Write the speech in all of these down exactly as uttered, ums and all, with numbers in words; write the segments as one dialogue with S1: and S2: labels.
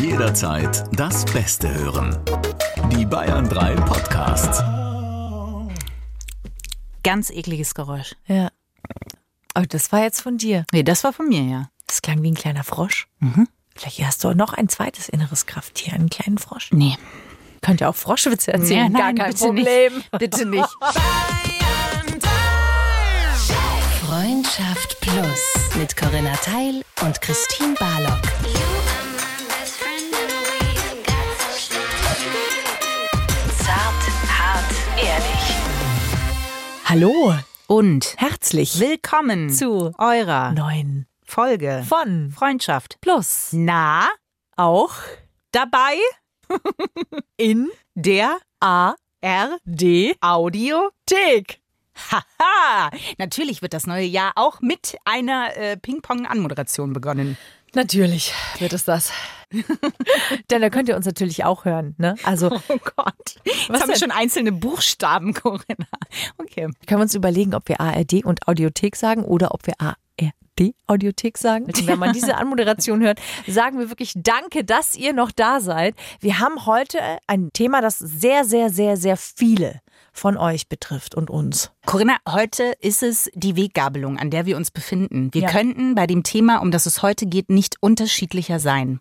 S1: Jederzeit das Beste hören. Die Bayern drei Podcasts.
S2: Ganz ekliges Geräusch.
S3: Ja. Aber das war jetzt von dir.
S2: Nee, das war von mir, ja.
S3: Das klang wie ein kleiner Frosch.
S2: Mhm.
S3: Vielleicht hast du auch noch ein zweites inneres Krafttier, einen kleinen Frosch.
S2: Nee.
S3: Könnt ihr auch Froschwitze erzählen?
S2: Nee, nein,
S3: Gar kein
S2: bitte
S3: Problem.
S2: Nicht. Bitte nicht.
S4: Freundschaft Plus mit Corinna Teil und Christine Barlock. Zart, hart, ehrlich.
S3: Hallo
S2: Und
S3: herzlich
S2: willkommen
S3: zu
S2: eurer
S3: neuen
S2: Folge
S3: von
S2: Freundschaft
S3: Plus.
S2: Na,
S3: Auch
S2: dabei
S3: in
S2: der
S3: A
S2: R
S3: D
S2: Audiothek. Haha, natürlich wird das neue Jahr auch mit einer äh, Ping-Pong-Anmoderation begonnen.
S3: Natürlich wird es das. Denn da könnt ihr uns natürlich auch hören. Ne? Also
S2: Oh Gott, jetzt
S3: Was
S2: haben wir
S3: denn?
S2: schon einzelne Buchstaben, Corinna. Okay.
S3: können wir uns überlegen, ob wir A R D und Audiothek sagen oder ob wir A R D Audiothek sagen. Und wenn man diese Anmoderation hört, sagen wir wirklich Danke, dass ihr noch da seid. Wir haben heute ein Thema, das sehr, sehr, sehr, sehr viele von euch betrifft und uns.
S2: Corinna, heute ist es die Weggabelung, an der wir uns befinden. Wir
S3: Ja.
S2: könnten bei dem Thema, um das es heute geht, nicht unterschiedlicher sein.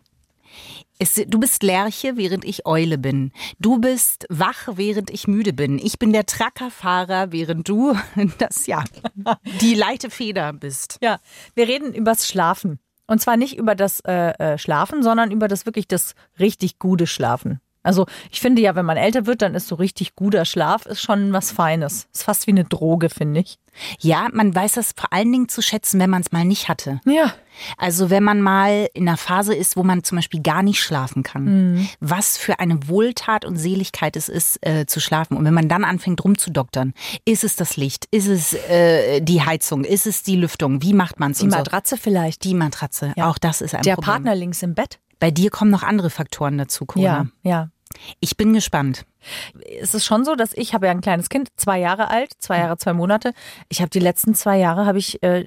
S2: Es, du bist Lerche, während ich Eule bin. Du bist wach, während ich müde bin. Ich bin der Truckerfahrer, während du das, ja, die leichte Feder bist.
S3: Ja, wir reden übers Schlafen. Und zwar nicht über das äh, äh, Schlafen, sondern über das wirklich das richtig gute Schlafen. Also ich finde ja, wenn man älter wird, dann ist so richtig guter Schlaf ist schon was Feines. Ist fast wie eine Droge, finde ich.
S2: Ja, man weiß das vor allen Dingen zu schätzen, wenn man es mal nicht hatte.
S3: Ja.
S2: Also wenn man mal in einer Phase ist, wo man zum Beispiel gar nicht schlafen kann.
S3: Mhm.
S2: Was für eine Wohltat und Seligkeit es ist, äh, zu schlafen. Und wenn man dann anfängt rumzudoktern, ist es das Licht, ist es äh, die Heizung, ist es die Lüftung, wie macht man es?
S3: Die Matratze vielleicht.
S2: Die Matratze,
S3: Ja.
S2: auch das ist ein
S3: Der
S2: Problem.
S3: Partner links im Bett.
S2: Bei dir kommen noch andere Faktoren dazu, Corinna.
S3: Ja, ja.
S2: Ich bin gespannt.
S3: Es ist schon so, dass ich habe ja ein kleines Kind, zwei Jahre alt, zwei Jahre, zwei Monate. Ich habe die letzten zwei Jahre, habe ich, äh,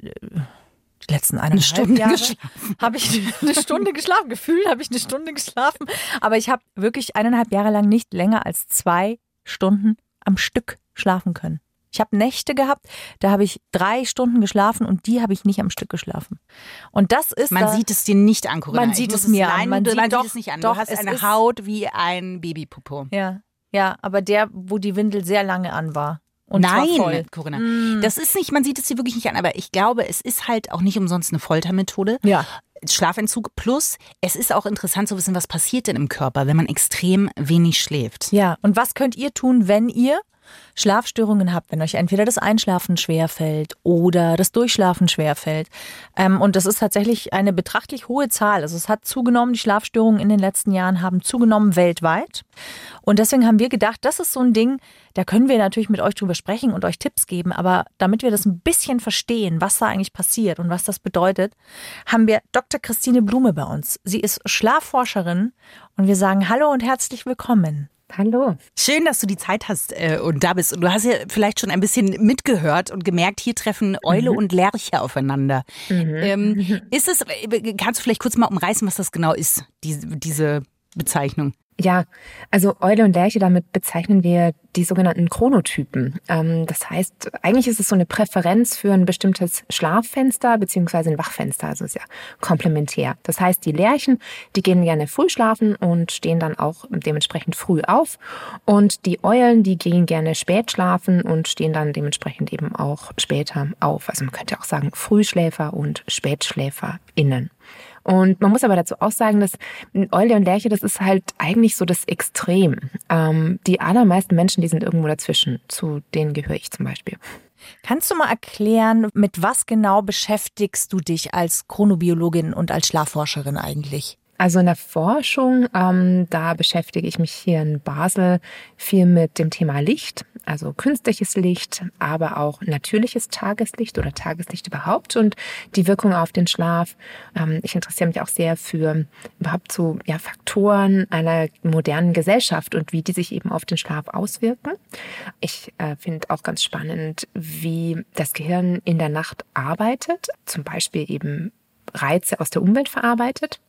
S3: die letzten eineinhalb
S2: Stunde
S3: Jahre,
S2: geschlafen.
S3: habe ich eine Stunde geschlafen. Gefühlt habe ich eine Stunde geschlafen. Aber ich habe wirklich eineinhalb Jahre lang nicht länger als zwei Stunden am Stück schlafen können. Ich habe Nächte gehabt, da habe ich drei Stunden geschlafen und die habe ich nicht am Stück geschlafen. Und das ist
S2: Man
S3: da,
S2: sieht es dir nicht an, Corinna.
S3: Man
S2: Ich
S3: sieht
S2: muss
S3: es mir
S2: nein,
S3: an. Man
S2: du-
S3: sieht
S2: man
S3: doch-
S2: sieht es nicht an.
S3: doch,
S2: Du hast
S3: es
S2: eine
S3: ist-
S2: Haut wie ein Babypopo.
S3: ja, ja, aber der, wo die Windel sehr lange an war. Und zwar voll.
S2: Nein, Corinna. Das ist nicht, man sieht es dir wirklich nicht an, aber ich glaube, es ist halt auch nicht umsonst eine Foltermethode.
S3: Ja.
S2: Schlafentzug plus, es ist auch interessant zu wissen, was passiert denn im Körper, wenn man extrem wenig schläft.
S3: Ja, und was könnt ihr tun, wenn ihr Schlafstörungen habt, wenn euch entweder das Einschlafen schwerfällt oder das Durchschlafen schwerfällt? Ähm, und das ist tatsächlich eine betrachtlich hohe Zahl. Also es hat zugenommen, die Schlafstörungen in den letzten Jahren haben zugenommen weltweit. Und deswegen haben wir gedacht, das ist so ein Ding, da können wir natürlich mit euch drüber sprechen und euch Tipps geben. Aber damit wir das ein bisschen verstehen, was da eigentlich passiert und was das bedeutet, haben wir Doktor Christine Blume bei uns. Sie ist Schlafforscherin und wir sagen Hallo und herzlich willkommen.
S5: Hallo.
S2: Schön, dass du die Zeit hast äh, und da bist. Und du hast ja vielleicht schon ein bisschen mitgehört und gemerkt, hier treffen Eule und Lerche aufeinander. Ähm, ist es, kannst du vielleicht kurz mal umreißen, was das genau ist, diese, diese Bezeichnung?
S5: Ja, also Eule und Lerche, damit bezeichnen wir die sogenannten Chronotypen. Ähm, das heißt, eigentlich ist es so eine Präferenz für ein bestimmtes Schlaffenster beziehungsweise ein Wachfenster, also ist ja komplementär. Das heißt, die Lerchen, die gehen gerne früh schlafen und stehen dann auch dementsprechend früh auf. Und die Eulen, die gehen gerne spät schlafen und stehen dann dementsprechend eben auch später auf. Also man könnte auch sagen Frühschläfer und SpätschläferInnen. Und man muss aber dazu auch sagen, dass Eule und Lerche, das ist halt eigentlich so das Extrem. Ähm, die allermeisten Menschen, die sind irgendwo dazwischen. Zu denen gehöre ich zum Beispiel.
S3: Kannst du mal erklären, mit was genau beschäftigst du dich als Chronobiologin und als Schlafforscherin eigentlich?
S5: Also in der Forschung, ähm, da beschäftige ich mich hier in Basel viel mit dem Thema Licht, also künstliches Licht, aber auch natürliches Tageslicht oder Tageslicht überhaupt und die Wirkung auf den Schlaf. Ähm, ich interessiere mich auch sehr für überhaupt so ja, Faktoren einer modernen Gesellschaft und wie die sich eben auf den Schlaf auswirken. Ich äh, finde auch ganz spannend, wie das Gehirn in der Nacht arbeitet, zum Beispiel eben Reize aus der Umwelt verarbeitet.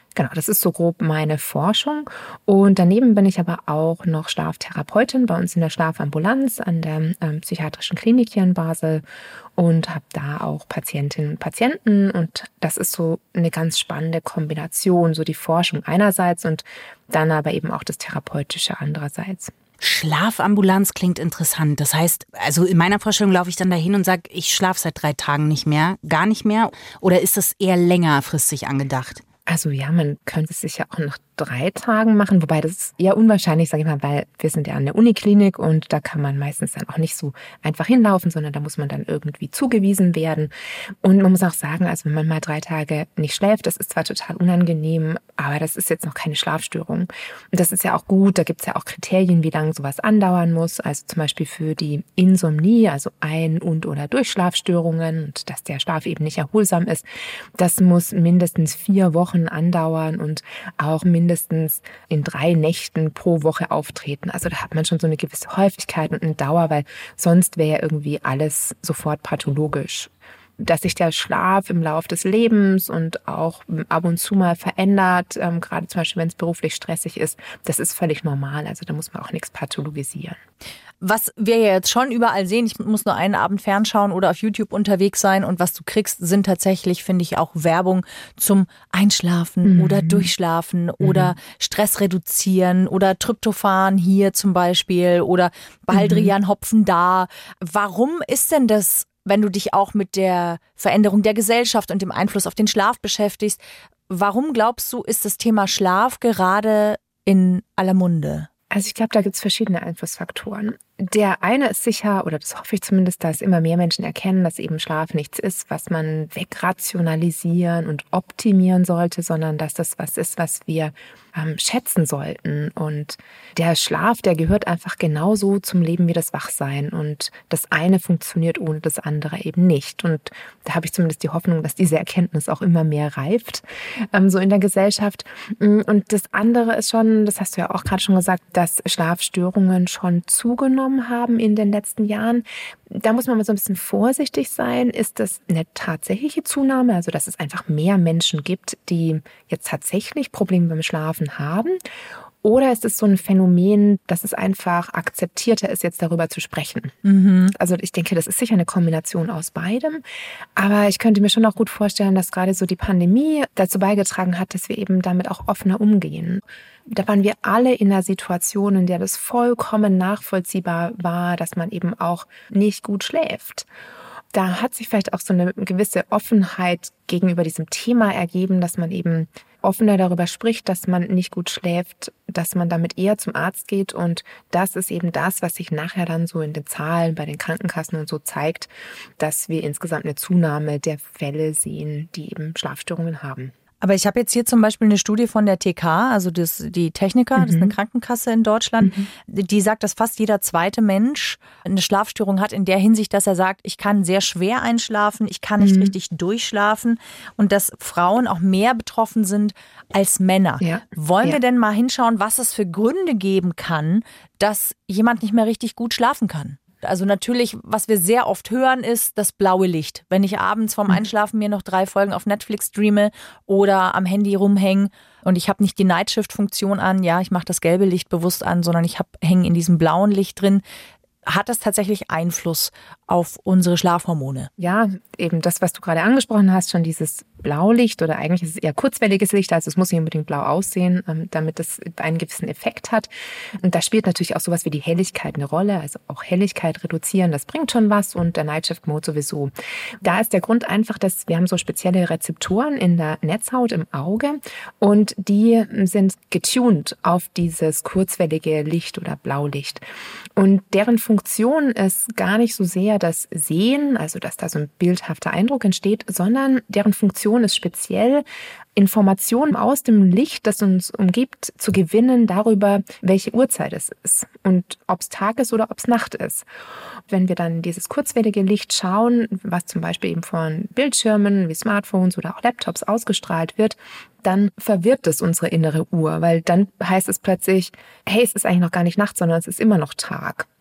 S5: Genau, das ist so grob meine Forschung. Und daneben bin ich aber auch noch Schlaftherapeutin bei uns in der Schlafambulanz an der ähm, psychiatrischen Klinik hier in Basel und habe da auch Patientinnen und Patienten. Und das ist so eine ganz spannende Kombination, so die Forschung einerseits und dann aber eben auch das Therapeutische andererseits.
S2: Schlafambulanz klingt interessant. Das heißt, also in meiner Vorstellung laufe ich dann dahin und sage, ich schlafe seit drei Tagen nicht mehr, gar nicht mehr. Oder ist das eher längerfristig angedacht?
S5: Also ja, man könnte es sicher auch nach drei Tagen machen, wobei das ist eher unwahrscheinlich, sage ich mal, weil wir sind ja an der Uniklinik und da kann man meistens dann auch nicht so einfach hinlaufen, sondern da muss man dann irgendwie zugewiesen werden. Und man muss auch sagen, also wenn man mal drei Tage nicht schläft, das ist zwar total unangenehm, aber das ist jetzt noch keine Schlafstörung. Und das ist ja auch gut, da gibt es ja auch Kriterien, wie lange sowas andauern muss, also zum Beispiel für die Insomnie, also Ein- und oder Durchschlafstörungen und dass der Schlaf eben nicht erholsam ist, das muss mindestens vier Wochen andauern und auch mindestens mindestens in drei Nächten pro Woche auftreten. Also da hat man schon so eine gewisse Häufigkeit und eine Dauer, weil sonst wäre ja irgendwie alles sofort pathologisch. Dass sich der Schlaf im Laufe des Lebens und auch ab und zu mal verändert, ähm, gerade zum Beispiel, wenn es beruflich stressig ist, das ist völlig normal. Also da muss man auch nichts pathologisieren.
S3: Was wir ja jetzt schon überall sehen, ich muss nur einen Abend fernschauen oder auf YouTube unterwegs sein und was du kriegst, sind tatsächlich, finde ich, auch Werbung zum Einschlafen mhm. oder Durchschlafen mhm. oder Stress reduzieren oder Tryptophan hier zum Beispiel oder Baldrian-Hopfen da. Warum ist denn das, wenn du dich auch mit der Veränderung der Gesellschaft und dem Einfluss auf den Schlaf beschäftigst, warum glaubst du, ist das Thema Schlaf gerade in aller Munde?
S5: Also ich glaube, da gibt es verschiedene Einflussfaktoren. Der eine ist sicher, oder das hoffe ich zumindest, dass immer mehr Menschen erkennen, dass eben Schlaf nichts ist, was man wegrationalisieren und optimieren sollte, sondern dass das was ist, was wir ähm, schätzen sollten. Und der Schlaf, der gehört einfach genauso zum Leben wie das Wachsein. Und das eine funktioniert ohne das andere eben nicht. Und da habe ich zumindest die Hoffnung, dass diese Erkenntnis auch immer mehr reift, ähm, so in der Gesellschaft. Und das andere ist schon, das hast du ja auch gerade schon gesagt, dass Schlafstörungen schon zugenommen haben in den letzten Jahren. Da muss man mal so ein bisschen vorsichtig sein. Ist das eine tatsächliche Zunahme, also dass es einfach mehr Menschen gibt, die jetzt tatsächlich Probleme beim Schlafen haben? Oder ist es so ein Phänomen, dass es einfach akzeptierter ist, jetzt darüber zu sprechen? Mhm. Also ich denke, das ist sicher eine Kombination aus beidem. Aber ich könnte mir schon auch gut vorstellen, dass gerade so die Pandemie dazu beigetragen hat, dass wir eben damit auch offener umgehen. Da waren wir alle in einer Situation, in der das vollkommen nachvollziehbar war, dass man eben auch nicht gut schläft. Da hat sich vielleicht auch so eine gewisse Offenheit gegenüber diesem Thema ergeben, dass man eben offener darüber spricht, dass man nicht gut schläft, dass man damit eher zum Arzt geht. Und das ist eben das, was sich nachher dann so in den Zahlen bei den Krankenkassen und so zeigt, dass wir insgesamt eine Zunahme der Fälle sehen, die eben Schlafstörungen haben.
S3: Aber ich habe jetzt hier zum Beispiel eine Studie von der T K, also das, die Techniker, mhm. das ist eine Krankenkasse in Deutschland, mhm. die sagt, dass fast jeder zweite Mensch eine Schlafstörung hat in der Hinsicht, dass er sagt, ich kann sehr schwer einschlafen, ich kann nicht mhm. richtig durchschlafen und dass Frauen auch mehr betroffen sind als Männer. Ja. Wollen ja. wir denn mal hinschauen, was es für Gründe geben kann, dass jemand nicht mehr richtig gut schlafen kann? Also natürlich, was wir sehr oft hören, ist das blaue Licht. Wenn ich abends vorm Einschlafen mir noch drei Folgen auf Netflix streame oder am Handy rumhänge und ich habe nicht die Nightshift-Funktion an, ja, ich mache das gelbe Licht bewusst an, sondern ich hänge in diesem blauen Licht drin, hat das tatsächlich Einfluss auf unsere Schlafhormone?
S5: Ja, eben das, was du gerade angesprochen hast, schon dieses Blaulicht oder eigentlich ist es eher kurzwelliges Licht, also es muss nicht unbedingt blau aussehen, damit es einen gewissen Effekt hat. Und da spielt natürlich auch sowas wie die Helligkeit eine Rolle, also auch Helligkeit reduzieren, das bringt schon was und der Nightshift-Mode sowieso. Da ist der Grund einfach, dass wir haben so spezielle Rezeptoren in der Netzhaut im Auge und die sind getuned auf dieses kurzwellige Licht oder Blaulicht. Und deren Funktion ist gar nicht so sehr das Sehen, also dass da so ein bildhafter Eindruck entsteht, sondern deren Funktion ist speziell, Informationen aus dem Licht, das uns umgibt, zu gewinnen darüber, welche Uhrzeit es ist und ob es Tag ist oder ob es Nacht ist. Wenn wir dann dieses kurzwellige Licht schauen, was zum Beispiel eben von Bildschirmen wie Smartphones oder auch Laptops ausgestrahlt wird, dann verwirrt es unsere innere Uhr, weil dann heißt es plötzlich, hey, es ist eigentlich noch gar nicht Nacht, sondern es ist immer noch Tag.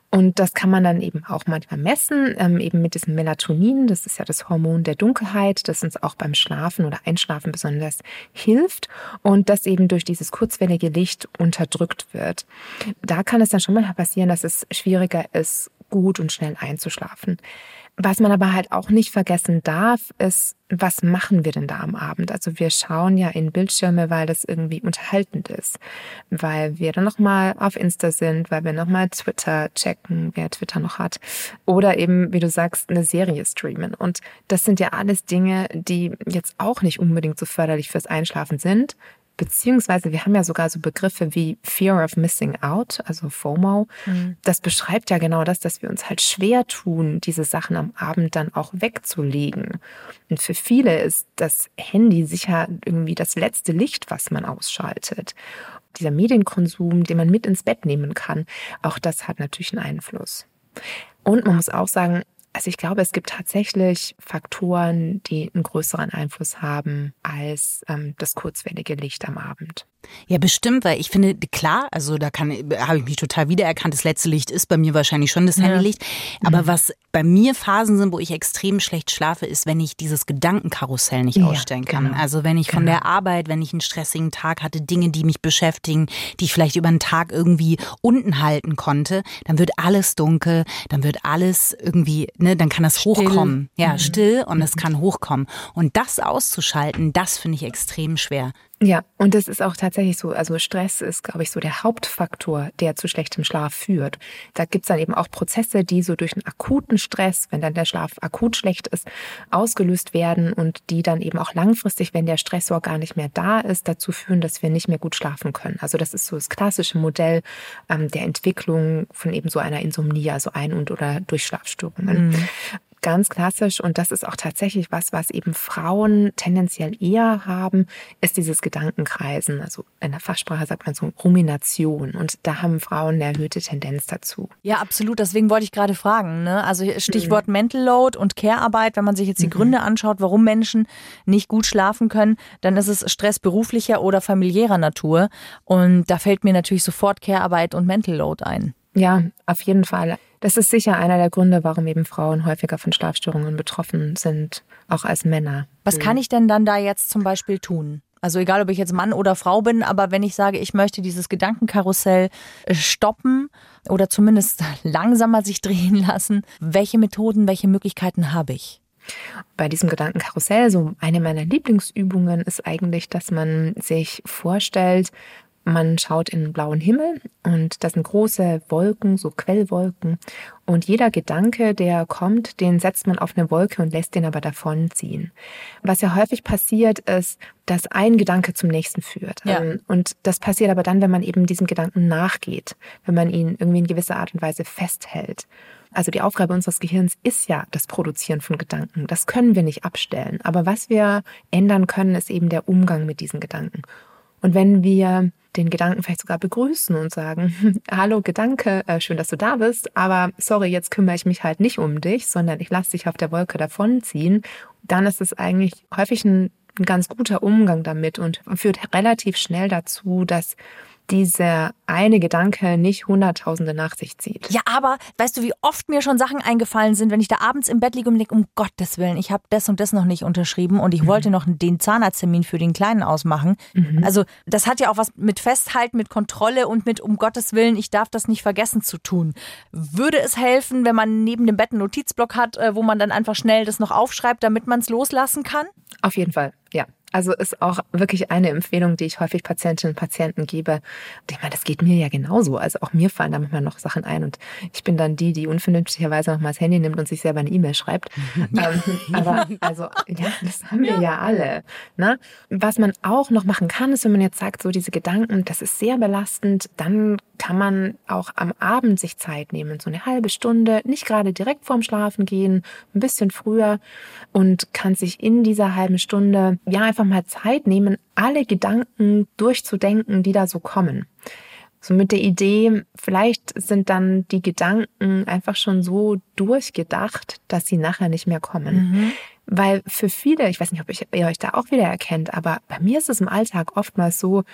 S5: Und das kann man dann eben auch manchmal messen, ähm, eben mit diesem Melatonin. Das ist ja das Hormon der Dunkelheit, das uns auch beim Schlafen oder Einschlafen besonders hilft und das eben durch dieses kurzwellige Licht unterdrückt wird. Da kann es dann schon mal passieren, dass es schwieriger ist, gut und schnell einzuschlafen. Was man aber halt auch nicht vergessen darf, ist, was machen wir denn da am Abend? Also wir schauen ja in Bildschirme, weil das irgendwie unterhaltend ist, weil wir dann nochmal auf Insta sind, weil wir nochmal Twitter checken, wer Twitter noch hat, oder eben, wie du sagst, eine Serie streamen. Und das sind ja alles Dinge, die jetzt auch nicht unbedingt so förderlich fürs Einschlafen sind. Beziehungsweise wir haben ja sogar so Begriffe wie Fear of Missing Out, also FOMO. Mhm. Das beschreibt ja genau das, dass wir uns halt schwer tun, diese Sachen am Abend dann auch wegzulegen. Und für viele ist das Handy sicher irgendwie das letzte Licht, was man ausschaltet. Dieser Medienkonsum, den man mit ins Bett nehmen kann, auch das hat natürlich einen Einfluss. Und man muss auch sagen, also ich glaube, es gibt tatsächlich Faktoren, die einen größeren Einfluss haben als ähm, das kurzwellige Licht am Abend.
S2: Ja, bestimmt, weil ich finde, klar, also da kann habe ich mich total wiedererkannt. Das letzte Licht ist bei mir wahrscheinlich schon das ja. Handylicht. Aber mhm. was bei mir Phasen sind, wo ich extrem schlecht schlafe, ist, wenn ich dieses Gedankenkarussell nicht ja, ausstellen kann. Genau. Also wenn ich von genau. der Arbeit, wenn ich einen stressigen Tag hatte, Dinge, die mich beschäftigen, die ich vielleicht über den Tag irgendwie unten halten konnte, dann wird alles dunkel, dann wird alles irgendwie, ne, dann kann das still. hochkommen. Ja, mhm. still und es kann hochkommen. Und das auszuschalten, das finde ich extrem schwer.
S5: Ja, und das ist auch tatsächlich so, also Stress ist, glaube ich, so der Hauptfaktor, der zu schlechtem Schlaf führt. Da gibt's dann eben auch Prozesse, die so durch einen akuten Stress, wenn dann der Schlaf akut schlecht ist, ausgelöst werden und die dann eben auch langfristig, wenn der Stressor gar nicht mehr da ist, dazu führen, dass wir nicht mehr gut schlafen können. Also das ist so das klassische Modell ähm, der Entwicklung von eben so einer Insomnie, also Ein- und oder Durchschlafstörungen. Mhm. Ganz klassisch, und das ist auch tatsächlich was, was eben Frauen tendenziell eher haben, ist dieses Gedankenkreisen. Also in der Fachsprache sagt man so Rumination. Und da haben Frauen eine erhöhte Tendenz dazu.
S3: Ja, absolut. Deswegen wollte ich gerade fragen, ne? Also Stichwort mhm. Mental Load und Care-Arbeit. Wenn man sich jetzt die mhm. Gründe anschaut, warum Menschen nicht gut schlafen können, dann ist es Stress beruflicher oder familiärer Natur. Und da fällt mir natürlich sofort Care-Arbeit und Mental Load ein.
S5: Ja, auf jeden Fall. Das ist sicher einer der Gründe, warum eben Frauen häufiger von Schlafstörungen betroffen sind, auch als Männer.
S3: Was kann ich denn dann da jetzt zum Beispiel tun? Also egal, ob ich jetzt Mann oder Frau bin, aber wenn ich sage, ich möchte dieses Gedankenkarussell stoppen oder zumindest langsamer sich drehen lassen, welche Methoden, welche Möglichkeiten habe ich?
S5: Bei diesem Gedankenkarussell, so eine meiner Lieblingsübungen ist eigentlich, dass man sich vorstellt, man schaut in den blauen Himmel und das sind große Wolken, so Quellwolken. Und jeder Gedanke, der kommt, den setzt man auf eine Wolke und lässt den aber davonziehen. Was ja häufig passiert, ist, dass ein Gedanke zum nächsten führt. Ja. Und das passiert aber dann, wenn man eben diesem Gedanken nachgeht, wenn man ihn irgendwie in gewisser Art und Weise festhält. Also die Aufgabe unseres Gehirns ist ja das Produzieren von Gedanken. Das können wir nicht abstellen. Aber was wir ändern können, ist eben der Umgang mit diesen Gedanken. Und wenn wir den Gedanken vielleicht sogar begrüßen und sagen, hallo Gedanke, äh, schön, dass du da bist, aber sorry, jetzt kümmere ich mich halt nicht um dich, sondern ich lasse dich auf der Wolke davonziehen, dann ist es eigentlich häufig ein, ein ganz guter Umgang damit und führt relativ schnell dazu, dass dieser eine Gedanke nicht Hunderttausende nach sich zieht.
S3: Ja, aber weißt du, wie oft mir schon Sachen eingefallen sind, wenn ich da abends im Bett liege und denke, um Gottes Willen, ich habe das und das noch nicht unterschrieben und ich mhm. wollte noch den Zahnarzttermin für den Kleinen ausmachen. Mhm. Also das hat ja auch was mit Festhalten, mit Kontrolle und mit um Gottes Willen, ich darf das nicht vergessen zu tun. Würde es helfen, wenn man neben dem Bett einen Notizblock hat, wo man dann einfach schnell das noch aufschreibt, damit man es loslassen kann?
S5: Auf jeden Fall, ja. Also ist auch wirklich eine Empfehlung, die ich häufig Patientinnen und Patienten gebe. Ich meine, das geht mir ja genauso. Also auch mir fallen da manchmal noch Sachen ein und ich bin dann die, die unvernünftigerweise nochmal das Handy nimmt und sich selber eine E-Mail schreibt. ähm, aber also, ja, das haben wir ja, ja alle. Ne? Was man auch noch machen kann, ist, wenn man jetzt sagt, so diese Gedanken, das ist sehr belastend, dann kann man auch am Abend sich Zeit nehmen, so eine halbe Stunde, nicht gerade direkt vorm Schlafen gehen, ein bisschen früher und kann sich in dieser halben Stunde ja einfach mal Zeit nehmen, alle Gedanken durchzudenken, die da so kommen. So mit der Idee, vielleicht sind dann die Gedanken einfach schon so durchgedacht, dass sie nachher nicht mehr kommen. Mhm. Weil für viele, ich weiß nicht, ob ihr euch da auch wieder erkennt, aber bei mir ist es im Alltag oftmals so,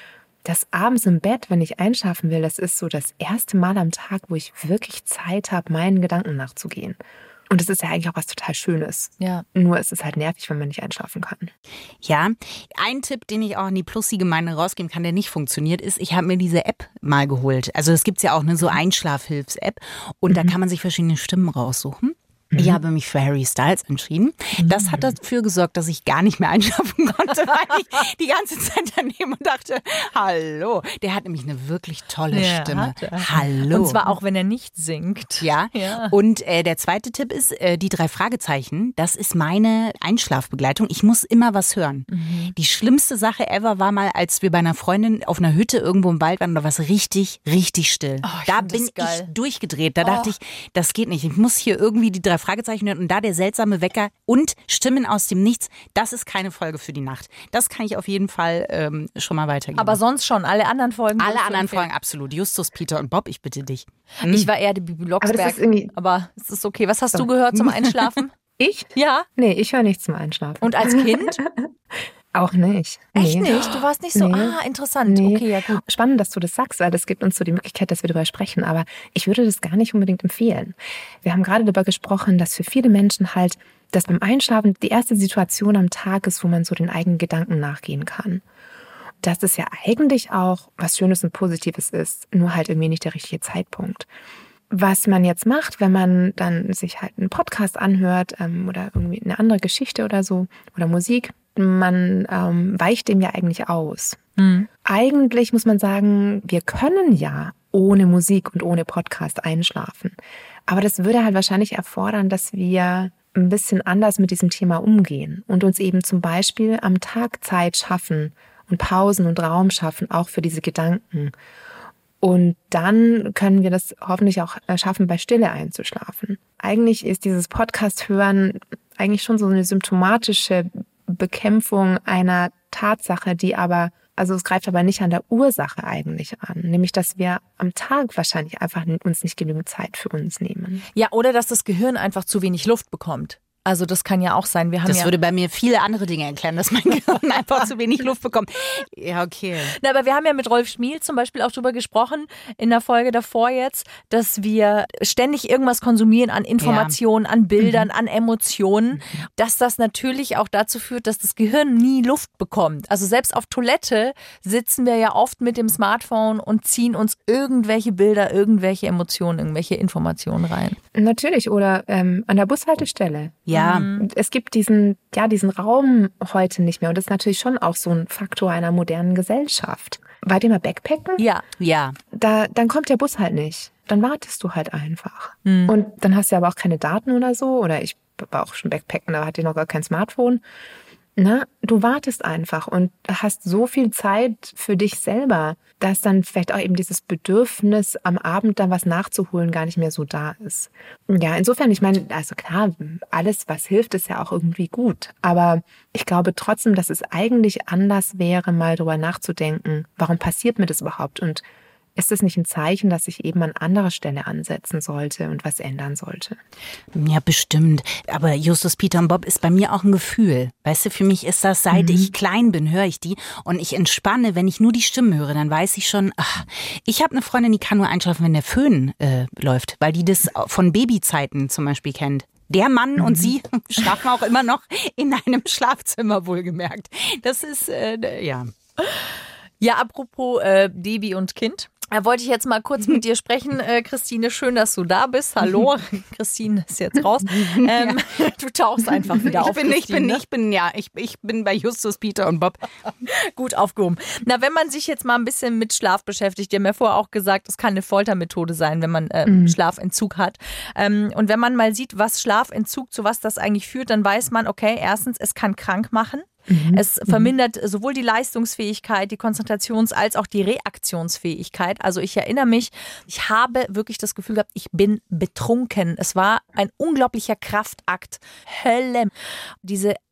S5: das abends im Bett, wenn ich einschlafen will, das ist so das erste Mal am Tag, wo ich wirklich Zeit habe, meinen Gedanken nachzugehen. Und das ist ja eigentlich auch was total Schönes.
S3: Ja.
S5: Nur ist es halt nervig, wenn man nicht einschlafen kann.
S2: Ja, ein Tipp, den ich auch in die Plus-Gemeinde rausgeben kann, der nicht funktioniert, ist, ich habe mir diese App mal geholt. Also es gibt ja auch eine so Einschlafhilfs-App und mhm. da kann man sich verschiedene Stimmen raussuchen. Ich habe mich für Harry Styles entschieden. Das hat dafür gesorgt, dass ich gar nicht mehr einschlafen konnte, weil ich die ganze Zeit daneben und dachte, hallo. Der hat nämlich eine wirklich tolle
S3: Ja,
S2: Stimme.
S3: hat er.
S2: Hallo.
S3: Und zwar auch, wenn er nicht singt.
S2: Ja.
S3: Ja.
S2: Und äh, der zweite Tipp ist, äh, die drei Fragezeichen. Das ist meine Einschlafbegleitung. Ich muss immer was hören. Mhm. Die schlimmste Sache ever war mal, als wir bei einer Freundin auf einer Hütte irgendwo im Wald waren, da war es richtig, richtig still.
S3: Oh,
S2: da bin ich durchgedreht. Da
S3: oh.
S2: dachte ich, das geht nicht. Ich muss hier irgendwie die drei Fragezeichen hören und da der seltsame Wecker und Stimmen aus dem Nichts, das ist keine Folge für die Nacht. Das kann ich auf jeden Fall ähm, schon mal weitergeben.
S3: Aber sonst schon, alle anderen Folgen?
S2: Alle anderen Folgen, absolut. Justus, Peter und Bob, ich bitte dich.
S3: Hm. Ich war eher die Bibi Blocksberg,
S5: aber, das ist irgendwie
S3: aber es ist okay. Was hast so. du gehört zum Einschlafen?
S5: Ich?
S3: Ja.
S5: Nee, ich höre nichts zum Einschlafen.
S3: Und als Kind?
S5: Auch nicht.
S3: Echt
S5: nee.
S3: nicht? Du warst nicht so,
S5: nee.
S3: ah, interessant.
S5: Nee.
S3: Okay, ja gut.
S5: Spannend, dass du das sagst, weil das gibt uns so die Möglichkeit, dass wir darüber sprechen. Aber ich würde das gar nicht unbedingt empfehlen. Wir haben gerade darüber gesprochen, dass für viele Menschen halt, dass beim Einschlafen die erste Situation am Tag ist, wo man so den eigenen Gedanken nachgehen kann. Dass es ja eigentlich auch was Schönes und Positives ist, nur halt irgendwie nicht der richtige Zeitpunkt. Was man jetzt macht, wenn man dann sich halt einen Podcast anhört ähm, oder irgendwie eine andere Geschichte oder so oder Musik, man ähm, weicht dem ja eigentlich aus. Mhm. Eigentlich muss man sagen, wir können ja ohne Musik und ohne Podcast einschlafen. Aber das würde halt wahrscheinlich erfordern, dass wir ein bisschen anders mit diesem Thema umgehen und uns eben zum Beispiel am Tag Zeit schaffen und Pausen und Raum schaffen, auch für diese Gedanken. Und dann können wir das hoffentlich auch schaffen, bei Stille einzuschlafen. Eigentlich ist dieses Podcast-Hören eigentlich schon so eine symptomatische Bekämpfung einer Tatsache, die aber, also es greift aber nicht an der Ursache eigentlich an. Nämlich, dass wir am Tag wahrscheinlich einfach uns nicht genügend Zeit für uns nehmen.
S3: Ja, oder dass das Gehirn einfach zu wenig Luft bekommt. Also das kann ja auch sein. Wir haben
S2: das
S3: ja
S2: würde bei mir viele andere Dinge erklären, dass mein Gehirn einfach zu wenig Luft bekommt. Ja, okay.
S3: Na, aber wir haben ja mit Rolf Schmiel zum Beispiel auch drüber gesprochen, in der Folge davor jetzt, dass wir ständig irgendwas konsumieren an Informationen, ja. an Bildern, mhm. an Emotionen, mhm. dass das natürlich auch dazu führt, dass das Gehirn nie Luft bekommt. Also selbst auf Toilette sitzen wir ja oft mit dem Smartphone und ziehen uns irgendwelche Bilder, irgendwelche Emotionen, irgendwelche Informationen rein.
S5: Natürlich, oder ähm, an der Bushaltestelle.
S2: Ja. Ja.
S5: Es gibt diesen, ja, diesen Raum heute nicht mehr. Und das ist natürlich schon auch so ein Faktor einer modernen Gesellschaft. Wart ihr mal Backpacken?
S3: Ja.
S2: Ja.
S5: Da, dann kommt der Bus halt nicht. Dann wartest du halt einfach.
S3: Mhm.
S5: Und dann hast du aber auch keine Daten oder so. Oder ich war auch schon Backpacken, da hatte ich noch gar kein Smartphone. Na, du wartest einfach und hast so viel Zeit für dich selber, dass dann vielleicht auch eben dieses Bedürfnis, am Abend dann was nachzuholen, gar nicht mehr so da ist. Ja, insofern, ich meine, also klar, alles, was hilft, ist ja auch irgendwie gut. Aber ich glaube trotzdem, dass es eigentlich anders wäre, mal drüber nachzudenken, warum passiert mir das überhaupt? Und ist es nicht ein Zeichen, dass ich eben an anderer Stelle ansetzen sollte und was ändern sollte?
S2: Ja, bestimmt. Aber Justus, Peter und Bob ist bei mir auch ein Gefühl. Weißt du, für mich ist das, seit mhm. ich klein bin, höre ich die und ich entspanne, wenn ich nur die Stimmen höre, dann weiß ich schon, ach, ich habe eine Freundin, die kann nur einschlafen, wenn der Föhn äh, läuft, weil die das von Babyzeiten zum Beispiel kennt. Der Mann mhm. und sie schlafen auch immer noch in einem Schlafzimmer, wohlgemerkt. Das ist, äh, ja.
S3: Ja, apropos äh, Baby und Kind. Da wollte ich jetzt mal kurz mit dir sprechen, äh, Christine. Schön, dass du da bist. Hallo, Christine ist jetzt raus. Ähm, du tauchst einfach wieder
S2: ich
S3: auf.
S2: Bin, ich bin,
S3: ne?
S2: ich bin, ja, ich, ich bin bei Justus, Peter und Bob.
S3: Gut aufgehoben. Na, wenn man sich jetzt mal ein bisschen mit Schlaf beschäftigt, wir haben ja vorher auch gesagt, es kann eine Foltermethode sein, wenn man äh, mhm. Schlafentzug hat. Ähm, und wenn man mal sieht, was Schlafentzug, zu was das eigentlich führt, dann weiß man, okay, erstens, es kann krank machen. Mhm. Es vermindert sowohl die Leistungsfähigkeit, die Konzentrations- als auch die Reaktionsfähigkeit. Also ich erinnere mich, ich habe wirklich das Gefühl gehabt, ich bin betrunken. Es war ein unglaublicher Kraftakt. Hölle. Diese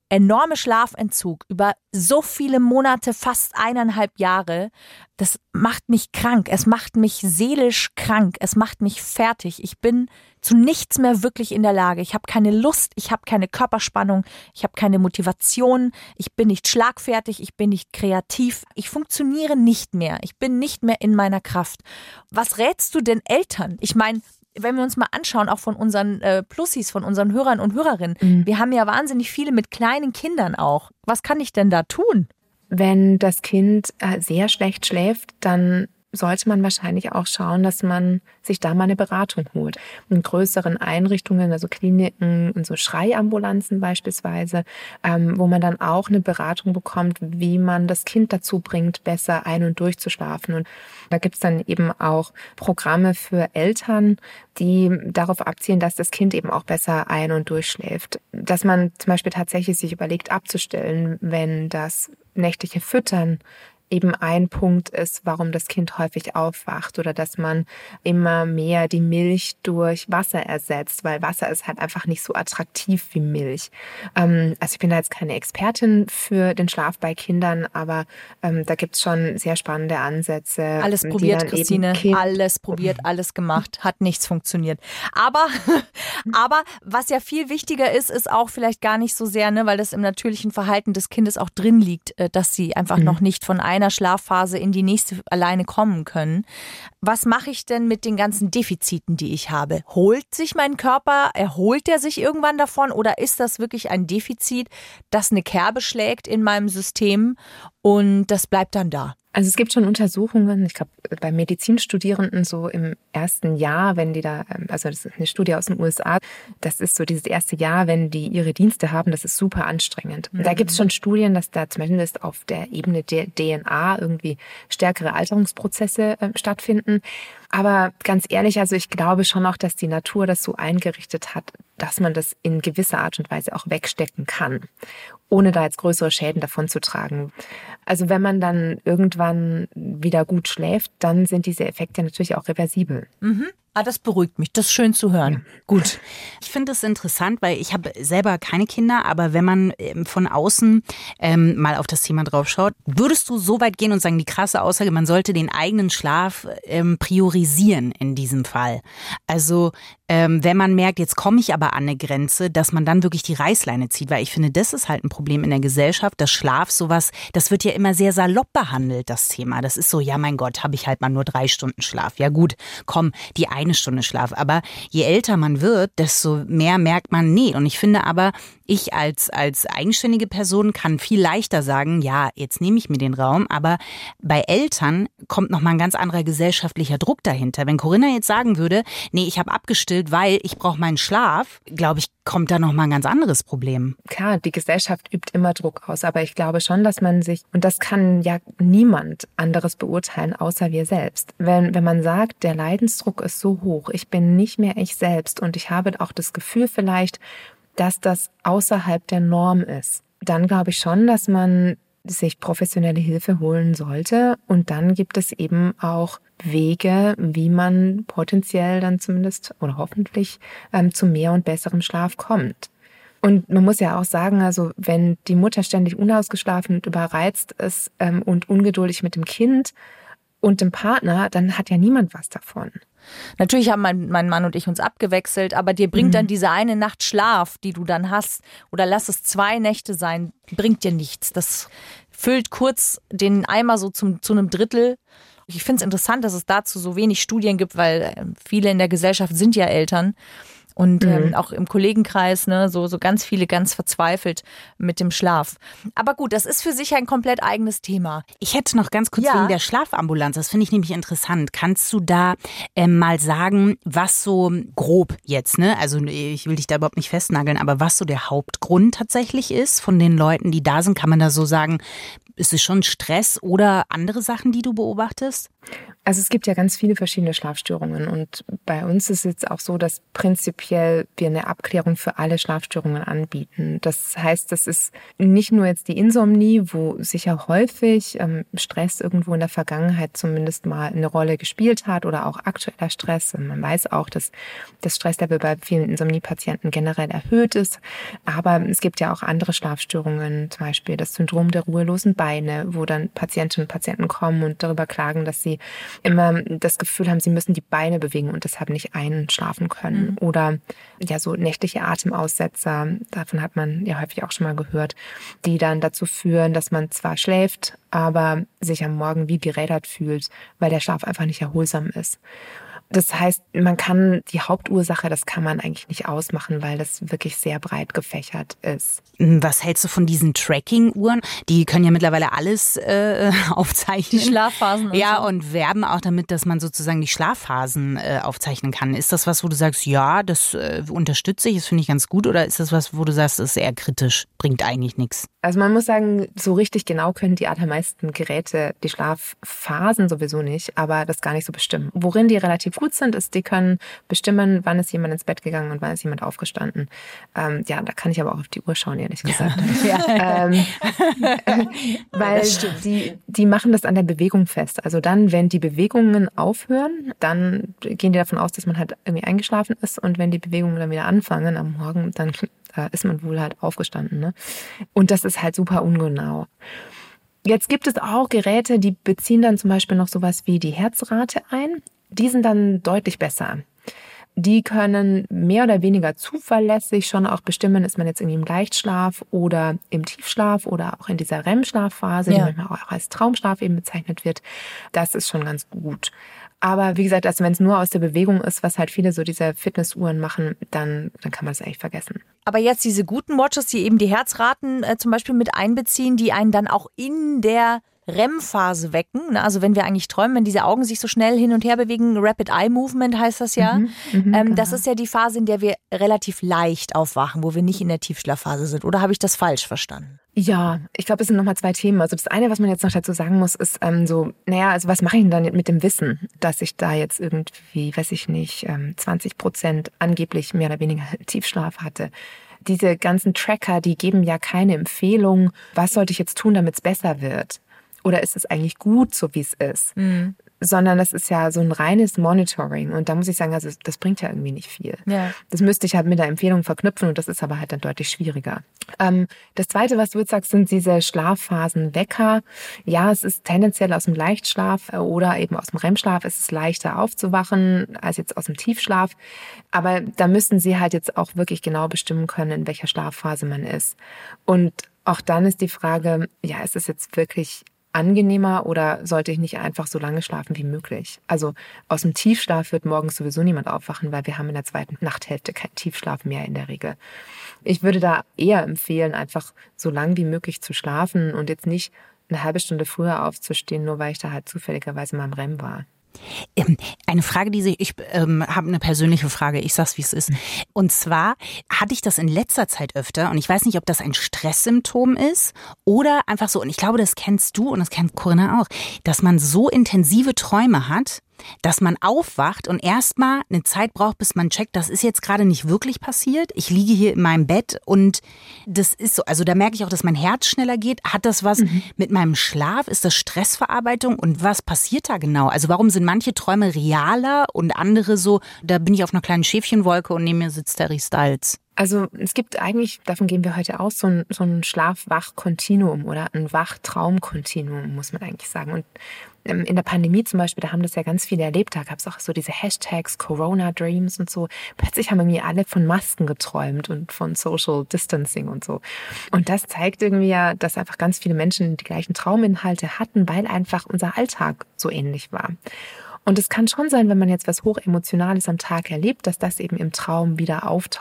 S3: enorme Schlafentzug über so viele Monate, fast eineinhalb Jahre, das macht mich krank. Es macht mich seelisch krank. Es macht mich fertig. Ich bin zu nichts mehr wirklich in der Lage. Ich habe keine Lust, ich habe keine Körperspannung, ich habe keine Motivation, ich bin nicht schlagfertig, ich bin nicht kreativ. Ich funktioniere nicht mehr. Ich bin nicht mehr in meiner Kraft. Was rätst du denn Eltern? Ich meine, wenn wir uns mal anschauen, auch von unseren äh, Plussis, von unseren Hörern und Hörerinnen, mhm. wir haben ja wahnsinnig viele mit kleinen Kindern auch. Was kann ich denn da tun?
S5: Wenn das Kind äh, sehr schlecht schläft, dann sollte man wahrscheinlich auch schauen, dass man sich da mal eine Beratung holt. In größeren Einrichtungen, also Kliniken und so Schreiambulanzen beispielsweise, ähm, wo man dann auch eine Beratung bekommt, wie man das Kind dazu bringt, besser ein- und durchzuschlafen. Und da gibt es dann eben auch Programme für Eltern, die darauf abzielen, dass das Kind eben auch besser ein- und durchschläft. Dass man zum Beispiel tatsächlich sich überlegt, abzustellen, wenn das nächtliche Füttern eben ein Punkt ist, warum das Kind häufig aufwacht, oder dass man immer mehr die Milch durch Wasser ersetzt, weil Wasser ist halt einfach nicht so attraktiv wie Milch. Ähm, also ich bin da jetzt keine Expertin für den Schlaf bei Kindern, aber ähm, da gibt's schon sehr spannende Ansätze.
S3: Alles probiert, Christine, alles probiert, alles gemacht, hat nichts funktioniert. Aber, aber was ja viel wichtiger ist, ist auch vielleicht gar nicht so sehr, ne, weil das im natürlichen Verhalten des Kindes auch drin liegt, dass sie einfach mhm. noch nicht von einer Schlafphase in die nächste alleine kommen können. Was mache ich denn mit den ganzen Defiziten, die ich habe? Holt sich mein Körper, erholt er sich irgendwann davon, oder ist das wirklich ein Defizit, das eine Kerbe schlägt in meinem System und das bleibt dann da?
S5: Also es gibt schon Untersuchungen, ich glaube bei Medizinstudierenden so im ersten Jahr, wenn die da, also das ist eine Studie aus den U S A, das ist so dieses erste Jahr, wenn die ihre Dienste haben, das ist super anstrengend. Mhm. Da gibt es schon Studien, dass da zumindest auf der Ebene der D N A irgendwie stärkere Alterungsprozesse äh, stattfinden. Aber ganz ehrlich, also ich glaube schon auch, dass die Natur das so eingerichtet hat, dass man das in gewisser Art und Weise auch wegstecken kann, ohne da jetzt größere Schäden davon zu tragen. Also wenn man dann irgendwann wieder gut schläft, dann sind diese Effekte natürlich auch reversibel.
S3: Mhm. Ah, das beruhigt mich. Das ist schön zu hören.
S2: Ja. Gut. Ich finde es interessant, weil ich habe selber keine Kinder, aber wenn man ähm, von außen ähm, mal auf das Thema drauf schaut, würdest du so weit gehen und sagen, die krasse Aussage, man sollte den eigenen Schlaf ähm, priorisieren in diesem Fall. Also ähm, wenn man merkt, jetzt komme ich aber an eine Grenze, dass man dann wirklich die Reißleine zieht, weil ich finde, das ist halt ein Problem in der Gesellschaft, dass Schlaf sowas, das wird ja immer sehr salopp behandelt, das Thema. Das ist so, ja mein Gott, habe ich halt mal nur drei Stunden Schlaf. Ja gut, komm, die eine Stunde Schlaf. Aber je älter man wird, desto mehr merkt man, nee. Und ich finde aber, ich als, als eigenständige Person kann viel leichter sagen, ja, jetzt nehme ich mir den Raum. Aber bei Eltern kommt nochmal ein ganz anderer gesellschaftlicher Druck dahinter. Wenn Corinna jetzt sagen würde, nee, ich habe abgestillt, weil ich brauche meinen Schlaf, glaube ich, kommt da nochmal ein ganz anderes Problem.
S5: Klar, die Gesellschaft übt immer Druck aus. Aber ich glaube schon, dass man sich, und das kann ja niemand anderes beurteilen, außer wir selbst. Wenn, wenn man sagt, der Leidensdruck ist so hoch, ich bin nicht mehr ich selbst und ich habe auch das Gefühl vielleicht, dass das außerhalb der Norm ist, dann glaube ich schon, dass man sich professionelle Hilfe holen sollte. Und dann gibt es eben auch Wege, wie man potenziell dann zumindest oder hoffentlich ähm, zu mehr und besserem Schlaf kommt. Und man muss ja auch sagen, also wenn die Mutter ständig unausgeschlafen und überreizt ist ähm, und ungeduldig mit dem Kind und dem Partner, dann hat ja niemand was davon.
S3: Natürlich haben mein, mein Mann und ich uns abgewechselt, aber dir bringt mhm. dann diese eine Nacht Schlaf, die du dann hast, oder lass es zwei Nächte sein, bringt dir nichts. Das füllt kurz den Eimer so zum, zu einem Drittel. Ich finde es interessant, dass es dazu so wenig Studien gibt, weil viele in der Gesellschaft sind ja Eltern. Und ähm, mhm. auch im Kollegenkreis, ne, so, so ganz viele ganz verzweifelt mit dem Schlaf. Aber gut, das ist für sich ein komplett eigenes Thema.
S2: Ich hätte noch ganz kurz ja. wegen der Schlafambulanz, das finde ich nämlich interessant. Kannst du da ähm, mal sagen, was so grob jetzt, ne, also ich will dich da überhaupt nicht festnageln, aber was so der Hauptgrund tatsächlich ist von den Leuten, die da sind, kann man da so sagen, ist es schon Stress oder andere Sachen, die du beobachtest?
S5: Also es gibt ja ganz viele verschiedene Schlafstörungen und bei uns ist es jetzt auch so, dass prinzipiell wir eine Abklärung für alle Schlafstörungen anbieten. Das heißt, das ist nicht nur jetzt die Insomnie, wo sicher häufig ähm, Stress irgendwo in der Vergangenheit zumindest mal eine Rolle gespielt hat oder auch aktueller Stress. Und man weiß auch, dass das Stresslevel bei vielen Insomniepatienten generell erhöht ist. Aber es gibt ja auch andere Schlafstörungen, zum Beispiel das Syndrom der ruhelosen Beine, wo dann Patientinnen und Patienten kommen und darüber klagen, dass sie immer das Gefühl haben, sie müssen die Beine bewegen und deshalb nicht einschlafen können. Mhm. Oder ja, so nächtliche Atemaussetzer, davon hat man ja häufig auch schon mal gehört, die dann dazu führen, dass man zwar schläft, aber sich am Morgen wie gerädert fühlt, weil der Schlaf einfach nicht erholsam ist. Das heißt, man kann die Hauptursache, das kann man eigentlich nicht ausmachen, weil das wirklich sehr breit gefächert ist.
S2: Was hältst du von diesen Tracking-Uhren? Die können ja mittlerweile alles äh, aufzeichnen.
S3: Die Schlafphasen. Und
S2: ja,
S3: so.
S2: Und werben auch damit, dass man sozusagen die Schlafphasen äh, aufzeichnen kann. Ist das was, wo du sagst, ja, das äh, unterstütze ich, das finde ich ganz gut? Oder ist das was, wo du sagst, das ist eher kritisch, bringt eigentlich nichts?
S5: Also man muss sagen, so richtig genau können die allermeisten Geräte die Schlafphasen sowieso nicht, aber das gar nicht so bestimmen. Worin die relativ gut sind, ist, die können bestimmen, wann ist jemand ins Bett gegangen und wann ist jemand aufgestanden. Ähm, ja, da kann ich aber auch auf die Uhr schauen, ehrlich gesagt.
S2: Ja.
S5: ähm, weil die, die machen das an der Bewegung fest. Also dann, wenn die Bewegungen aufhören, dann gehen die davon aus, dass man halt irgendwie eingeschlafen ist und wenn die Bewegungen dann wieder anfangen am Morgen, dann äh, ist man wohl halt aufgestanden. Ne? Und das ist halt super ungenau. Jetzt gibt es auch Geräte, die beziehen dann zum Beispiel noch sowas wie die Herzrate ein. Die sind dann deutlich besser. Die können mehr oder weniger zuverlässig schon auch bestimmen, ist man jetzt irgendwie im Leichtschlaf oder im Tiefschlaf oder auch in dieser R E M-Schlafphase, ja, die manchmal auch als Traumschlaf eben bezeichnet wird. Das ist schon ganz gut. Aber wie gesagt, also wenn es nur aus der Bewegung ist, was halt viele so diese Fitnessuhren machen, dann, dann kann man das eigentlich vergessen.
S3: Aber jetzt diese guten Watches, die eben die Herzraten äh, zum Beispiel mit einbeziehen, die einen dann auch in der R E M-Phase wecken, ne? Also wenn wir eigentlich träumen, wenn diese Augen sich so schnell hin und her bewegen, Rapid Eye Movement heißt das ja. Mhm, ähm, genau. Das ist ja die Phase, in der wir relativ leicht aufwachen, wo wir nicht in der Tiefschlafphase sind. Oder habe ich das falsch verstanden?
S5: Ja, ich glaube, es sind nochmal zwei Themen. Also das eine, was man jetzt noch dazu sagen muss, ist ähm, so, naja, also was mache ich denn dann mit dem Wissen, dass ich da jetzt irgendwie, weiß ich nicht, ähm, zwanzig Prozent angeblich mehr oder weniger Tiefschlaf hatte. Diese ganzen Tracker, die geben ja keine Empfehlung, was sollte ich jetzt tun, damit es besser wird. Oder ist es eigentlich gut, so wie es ist? Mhm. Sondern das ist ja so ein reines Monitoring. Und da muss ich sagen, also das bringt ja irgendwie nicht viel. Ja. Das müsste ich halt mit der Empfehlung verknüpfen und das ist aber halt dann deutlich schwieriger. Ähm, das Zweite, was du jetzt sagst, sind diese Schlafphasenwecker. Ja, es ist tendenziell aus dem Leichtschlaf oder eben aus dem R E M-Schlaf ist es leichter aufzuwachen als jetzt aus dem Tiefschlaf. Aber da müssen sie halt jetzt auch wirklich genau bestimmen können, in welcher Schlafphase man ist. Und auch dann ist die Frage, ja, ist es jetzt wirklich angenehmer oder sollte ich nicht einfach so lange schlafen wie möglich? Also aus dem Tiefschlaf wird morgens sowieso niemand aufwachen, weil wir haben in der zweiten Nachthälfte keinen Tiefschlaf mehr in der Regel. Ich würde da eher empfehlen, einfach so lang wie möglich zu schlafen und jetzt nicht eine halbe Stunde früher aufzustehen, nur weil ich da halt zufälligerweise mal im R E M war.
S2: Eine Frage, die sich, ich ähm, habe eine persönliche Frage, ich sag's wie es ist. Und zwar hatte ich das in letzter Zeit öfter und ich weiß nicht, ob das ein Stresssymptom ist oder einfach so, und ich glaube, das kennst du und das kennt Corinna auch, dass man so intensive Träume hat, dass man aufwacht und erstmal eine Zeit braucht, bis man checkt, das ist jetzt gerade nicht wirklich passiert. Ich liege hier in meinem Bett und das ist so, also da merke ich auch, dass mein Herz schneller geht. Hat das was mhm. mit meinem Schlaf? Ist das Stressverarbeitung? Und was passiert da genau? Also warum sind manche Träume realer und andere so, da bin ich auf einer kleinen Schäfchenwolke und neben mir sitzt Harry Styles?
S5: Also es gibt eigentlich, davon gehen wir heute aus, so ein, so ein Schlaf-Wach-Kontinuum oder ein Wach-Traum-Kontinuum, muss man eigentlich sagen. Und in der Pandemie zum Beispiel, da haben das ja ganz viele erlebt. Da gab es auch so diese Hashtags, Corona-Dreams und so. Plötzlich haben irgendwie alle von Masken geträumt und von Social Distancing und so. Und das zeigt irgendwie ja, dass einfach ganz viele Menschen die gleichen Trauminhalte hatten, weil einfach unser Alltag so ähnlich war. Und es kann schon sein, wenn man jetzt was Hochemotionales am Tag erlebt, dass das eben im Traum wieder auftaucht.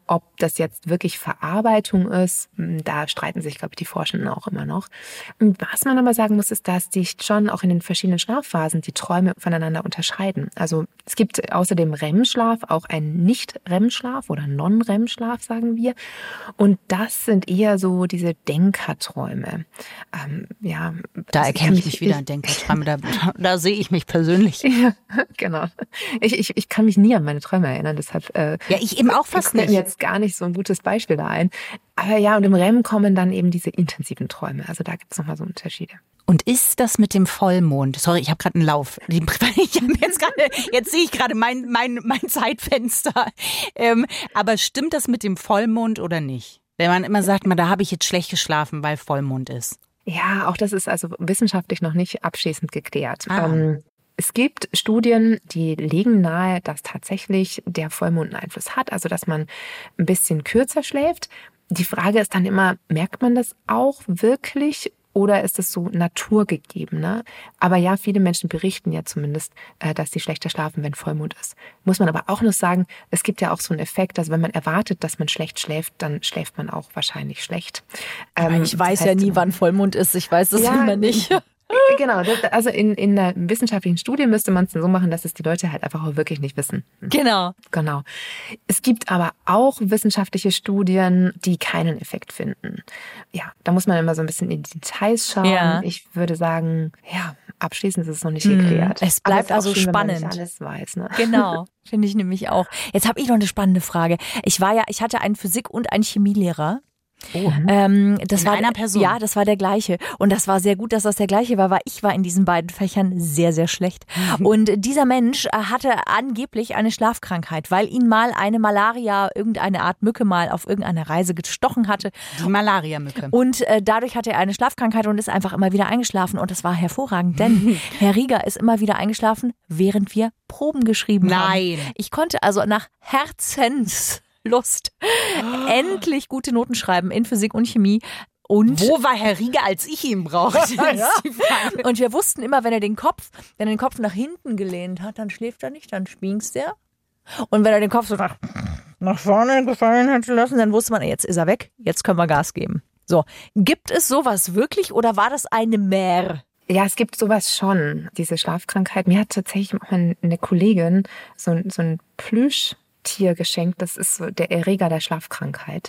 S5: Ob das jetzt wirklich Verarbeitung ist, da streiten sich, glaube ich, die Forschenden auch immer noch. Und was man aber sagen muss, ist, dass sich schon auch in den verschiedenen Schlafphasen die Träume voneinander unterscheiden. Also es gibt außer dem R E M-Schlaf auch einen Nicht-R E M-Schlaf oder Non-R E M-Schlaf, sagen wir. Und das sind eher so diese Denkerträume. Ähm, ja,
S2: da
S5: also
S2: erkenne ich mich wieder an Denkerträume, da, da sehe ich mich persönlich.
S5: Ja, genau. Ich, ich, ich kann mich nie an meine Träume erinnern, deshalb äh,
S2: ja, ich eben auch fast nicht.
S5: Jetzt gar nicht so ein gutes Beispiel da ein. Aber ja, und im R E M kommen dann eben diese intensiven Träume. Also da gibt es nochmal so Unterschiede.
S2: Und ist das mit dem Vollmond? Sorry, ich habe gerade einen Lauf. Ich hab jetzt gerade, jetzt sehe ich gerade mein, mein, mein Zeitfenster. Ähm, aber stimmt das mit dem Vollmond oder nicht? Wenn man immer sagt, man, da habe ich jetzt schlecht geschlafen, weil Vollmond ist.
S5: Ja, auch das ist also wissenschaftlich noch nicht abschließend geklärt.
S2: Ah.
S5: Ähm, Es gibt Studien, die legen nahe, dass tatsächlich der Vollmond einen Einfluss hat, also dass man ein bisschen kürzer schläft. Die Frage ist dann immer, merkt man das auch wirklich oder ist es so naturgegeben? Ne? Aber ja, viele Menschen berichten ja zumindest, dass sie schlechter schlafen, wenn Vollmond ist. Muss man aber auch noch sagen, es gibt ja auch so einen Effekt, also wenn man erwartet, dass man schlecht schläft, dann schläft man auch wahrscheinlich schlecht.
S3: Ähm, ich weiß das heißt, ja nie, wann Vollmond ist. Ich weiß das
S5: ja,
S3: immer nicht.
S5: Genau, das, also in, in einer wissenschaftlichen Studie müsste man es dann so machen, dass es die Leute halt einfach auch wirklich nicht wissen.
S3: Genau.
S5: Genau. Es gibt aber auch wissenschaftliche Studien, die keinen Effekt finden. Ja, da muss man immer so ein bisschen in die Details schauen.
S3: Ja.
S5: Ich würde sagen, ja, abschließend ist es noch nicht geklärt.
S3: Es bleibt
S5: aber es ist
S3: also
S5: auch schön,
S3: spannend.
S5: wenn man nicht alles weiß, ne?
S3: Genau, finde ich nämlich auch. Jetzt habe ich noch eine spannende Frage. Ich war ja, ich hatte einen Physik- und einen Chemielehrer.
S2: Oh.
S3: Ähm, das
S2: in
S3: war
S2: einer Person?
S3: Ja, das war der gleiche. Und das war sehr gut, dass das der gleiche war, weil ich war in diesen beiden Fächern sehr, sehr schlecht. Und dieser Mensch hatte angeblich eine Schlafkrankheit, weil ihn mal eine Malaria, irgendeine Art Mücke mal auf irgendeiner Reise gestochen hatte.
S2: Die Malaria-Mücke.
S3: Und äh, dadurch hatte er eine Schlafkrankheit und ist einfach immer wieder eingeschlafen. Und das war hervorragend, denn Herr Rieger ist immer wieder eingeschlafen, während wir Proben geschrieben haben.
S2: Nein.
S3: Ich konnte also nach Herzens Lust. Oh. Endlich gute Noten schreiben in Physik und Chemie. Und
S2: wo war Herr Rieger, als ich ihn brauchte?
S3: Ja. Und wir wussten immer, wenn er den Kopf, wenn er den Kopf nach hinten gelehnt hat, dann schläft er nicht, dann schwingst er. Und wenn er den Kopf so nach, nach vorne gefallen hat lassen, dann wusste man, jetzt ist er weg, jetzt können wir Gas geben. So, gibt es sowas wirklich oder war das eine Mär?
S5: Ja, es gibt sowas schon, diese Schlafkrankheit. Mir hat tatsächlich auch eine Kollegin so, so ein Plüsch Tier geschenkt. Das ist so der Erreger der Schlafkrankheit.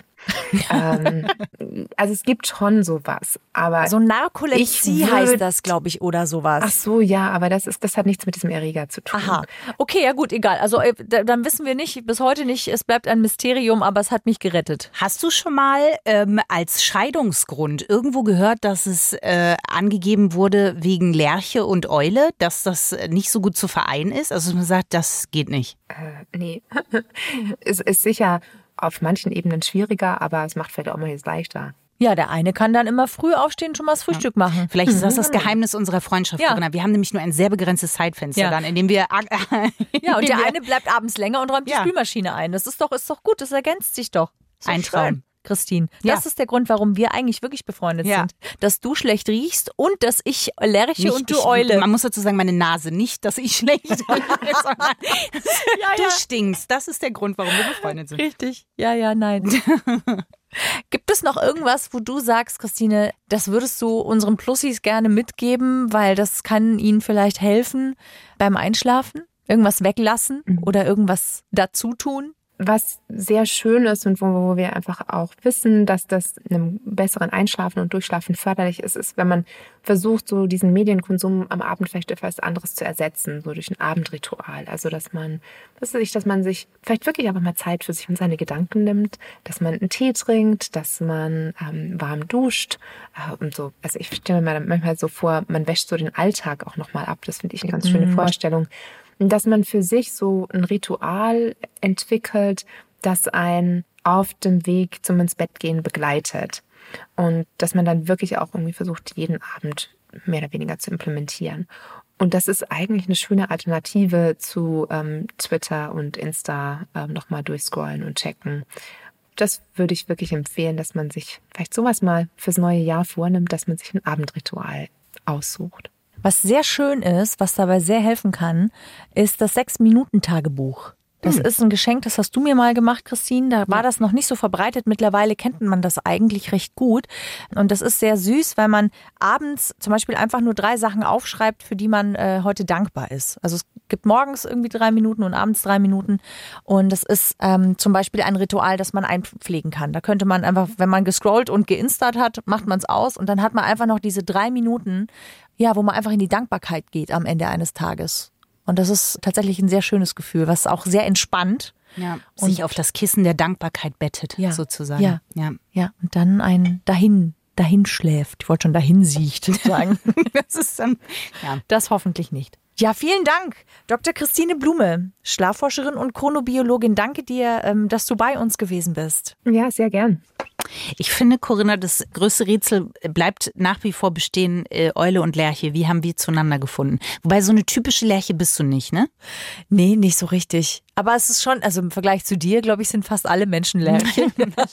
S5: ähm, also es gibt schon sowas, aber
S3: so Narkolepsie
S5: würd,
S3: heißt das, glaube ich, oder sowas.
S5: Ach so, ja, aber das ist, das hat nichts mit diesem Erreger zu tun.
S3: Aha, okay, ja gut, egal. Also dann wissen wir nicht, bis heute nicht. Es bleibt ein Mysterium, aber es hat mich gerettet.
S2: Hast du schon mal ähm, als Scheidungsgrund irgendwo gehört, dass es äh, angegeben wurde wegen Lerche und Eule, dass das nicht so gut zu vereinen ist? Also man sagt, das geht nicht.
S5: Äh, nee, es ist sicher auf manchen Ebenen schwieriger, aber es macht vielleicht auch mal jetzt leichter.
S3: Ja, der eine kann dann immer früh aufstehen und schon mal das Frühstück
S2: ja.
S3: machen.
S2: Vielleicht ist das das Geheimnis unserer Freundschaft.
S3: Ja.
S2: Wir haben nämlich nur ein sehr begrenztes Zeitfenster
S3: ja.
S2: dann, in dem wir... Äh,
S3: ja, und der eine bleibt abends länger und räumt
S2: ja.
S3: die Spülmaschine ein. Das ist doch, ist doch gut, das ergänzt sich doch.
S2: Ein Traum.
S3: Schön. Christine,
S2: ja.
S3: das ist der Grund, warum wir eigentlich wirklich befreundet
S2: ja.
S3: sind. Dass du schlecht riechst und dass ich Lerche
S2: nicht,
S3: und du
S2: ich,
S3: Eule.
S2: Man muss dazu sagen, meine Nase, nicht, dass ich schlecht rieche, sondern
S3: ja,
S2: du
S3: ja.
S2: stinkst. Das ist der Grund, warum wir befreundet sind.
S3: Richtig. Ja, ja, nein. Gibt es noch irgendwas, wo du sagst, Christine, das würdest du unseren Plussis gerne mitgeben, weil das kann ihnen vielleicht helfen beim Einschlafen? Irgendwas weglassen mhm. oder irgendwas dazu tun?
S5: Was sehr schön ist und wo, wo wir einfach auch wissen, dass das einem besseren Einschlafen und Durchschlafen förderlich ist, ist, wenn man versucht, so diesen Medienkonsum am Abend vielleicht etwas anderes zu ersetzen, so durch ein Abendritual. Also, dass man, dass sich, dass man sich vielleicht wirklich einfach mal Zeit für sich und seine Gedanken nimmt, dass man einen Tee trinkt, dass man ähm, warm duscht äh, und so. Also, ich stelle mir manchmal so vor, man wäscht so den Alltag auch nochmal ab. Das finde ich eine ganz schöne mhm. Vorstellung. Dass man für sich so ein Ritual entwickelt, das einen auf dem Weg zum ins Bett gehen begleitet. Und dass man dann wirklich auch irgendwie versucht, jeden Abend mehr oder weniger zu implementieren. Und das ist eigentlich eine schöne Alternative zu ähm, Twitter und Insta ähm, nochmal durchscrollen und checken. Das würde ich wirklich empfehlen, dass man sich vielleicht sowas mal fürs neue Jahr vornimmt, dass man sich ein Abendritual aussucht.
S3: Was sehr schön ist, was dabei sehr helfen kann, ist das Sechs-Minuten-Tagebuch. Das hm. ist ein Geschenk, das hast du mir mal gemacht, Christine. Da war ja. das noch nicht so verbreitet. Mittlerweile kennt man das eigentlich recht gut. Und das ist sehr süß, weil man abends zum Beispiel einfach nur drei Sachen aufschreibt, für die man äh, heute dankbar ist. Also es gibt morgens irgendwie drei Minuten und abends drei Minuten. Und das ist ähm, zum Beispiel ein Ritual, das man einpflegen kann. Da könnte man einfach, wenn man gescrollt und geinstert hat, macht man es aus. Und dann hat man einfach noch diese drei Minuten, ja, wo man einfach in die Dankbarkeit geht am Ende eines Tages. Und das ist tatsächlich ein sehr schönes Gefühl, was auch sehr entspannt.
S2: Ja, und sich auf das Kissen der Dankbarkeit bettet,
S3: ja,
S2: sozusagen.
S3: Ja,
S2: ja,
S3: ja. Und dann ein dahin, dahin schläft. Ich wollte schon dahin siecht sagen.
S2: Das ist dann, ja.
S3: Das hoffentlich nicht. Ja, vielen Dank, Doktor Christine Blume, Schlafforscherin und Chronobiologin. Danke dir, dass du bei uns gewesen bist.
S5: Ja, sehr gern.
S2: Ich finde, Corinna, das größte Rätsel bleibt nach wie vor bestehen, äh, Eule und Lerche. Wie haben wir zueinander gefunden? Wobei, so eine typische Lerche bist du nicht, ne?
S3: Nee, nicht so richtig. Aber es ist schon, also im Vergleich zu dir, glaube ich, sind fast alle Menschen Lerchen.